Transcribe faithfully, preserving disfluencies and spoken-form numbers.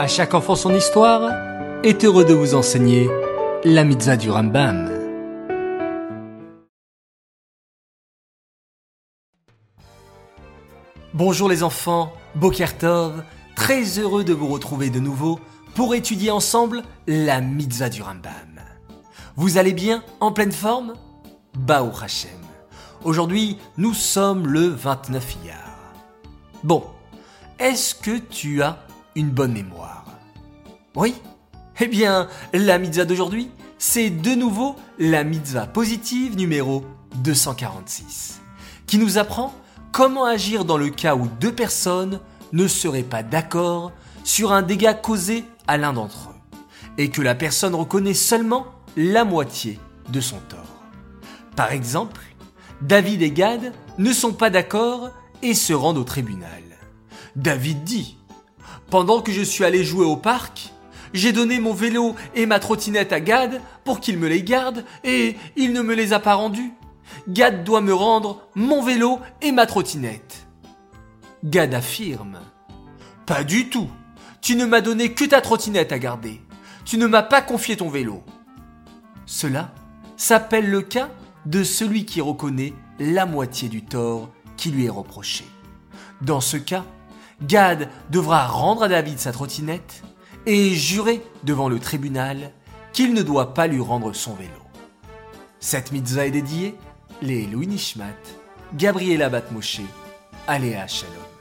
À chaque enfant son histoire est heureux de vous enseigner la mitzvah du Rambam. Bonjour les enfants, Boker Tov, très heureux de vous retrouver de nouveau pour étudier ensemble la mitzvah du Rambam. Vous allez bien, en pleine forme? Baruch Hashem. Aujourd'hui, nous sommes le vingt-neuf Iyar. Bon, est-ce que tu as une bonne mémoire? Oui? Eh bien, la mitzvah d'aujourd'hui, c'est de nouveau la mitzvah positive numéro deux cent quarante-six, qui nous apprend comment agir dans le cas où deux personnes ne seraient pas d'accord sur un dégât causé à l'un d'entre eux, et que la personne reconnaît seulement la moitié de son tort. Par exemple, David et Gad ne sont pas d'accord et se rendent au tribunal. David dit « Pendant que je suis allé jouer au parc, j'ai donné mon vélo et ma trottinette à Gad pour qu'il me les garde et il ne me les a pas rendus. Gad doit me rendre mon vélo et ma trottinette. » Gad affirme « Pas du tout. Tu ne m'as donné que ta trottinette à garder. Tu ne m'as pas confié ton vélo. » Cela s'appelle le cas de celui qui reconnaît la moitié du tort qui lui est reproché. Dans ce cas, Gad devra rendre à David sa trottinette et jurer devant le tribunal qu'il ne doit pas lui rendre son vélo. Cette mitzvah est dédiée les Louis Nishmat, Gabriela Bat Moshe, Aléa Shalom.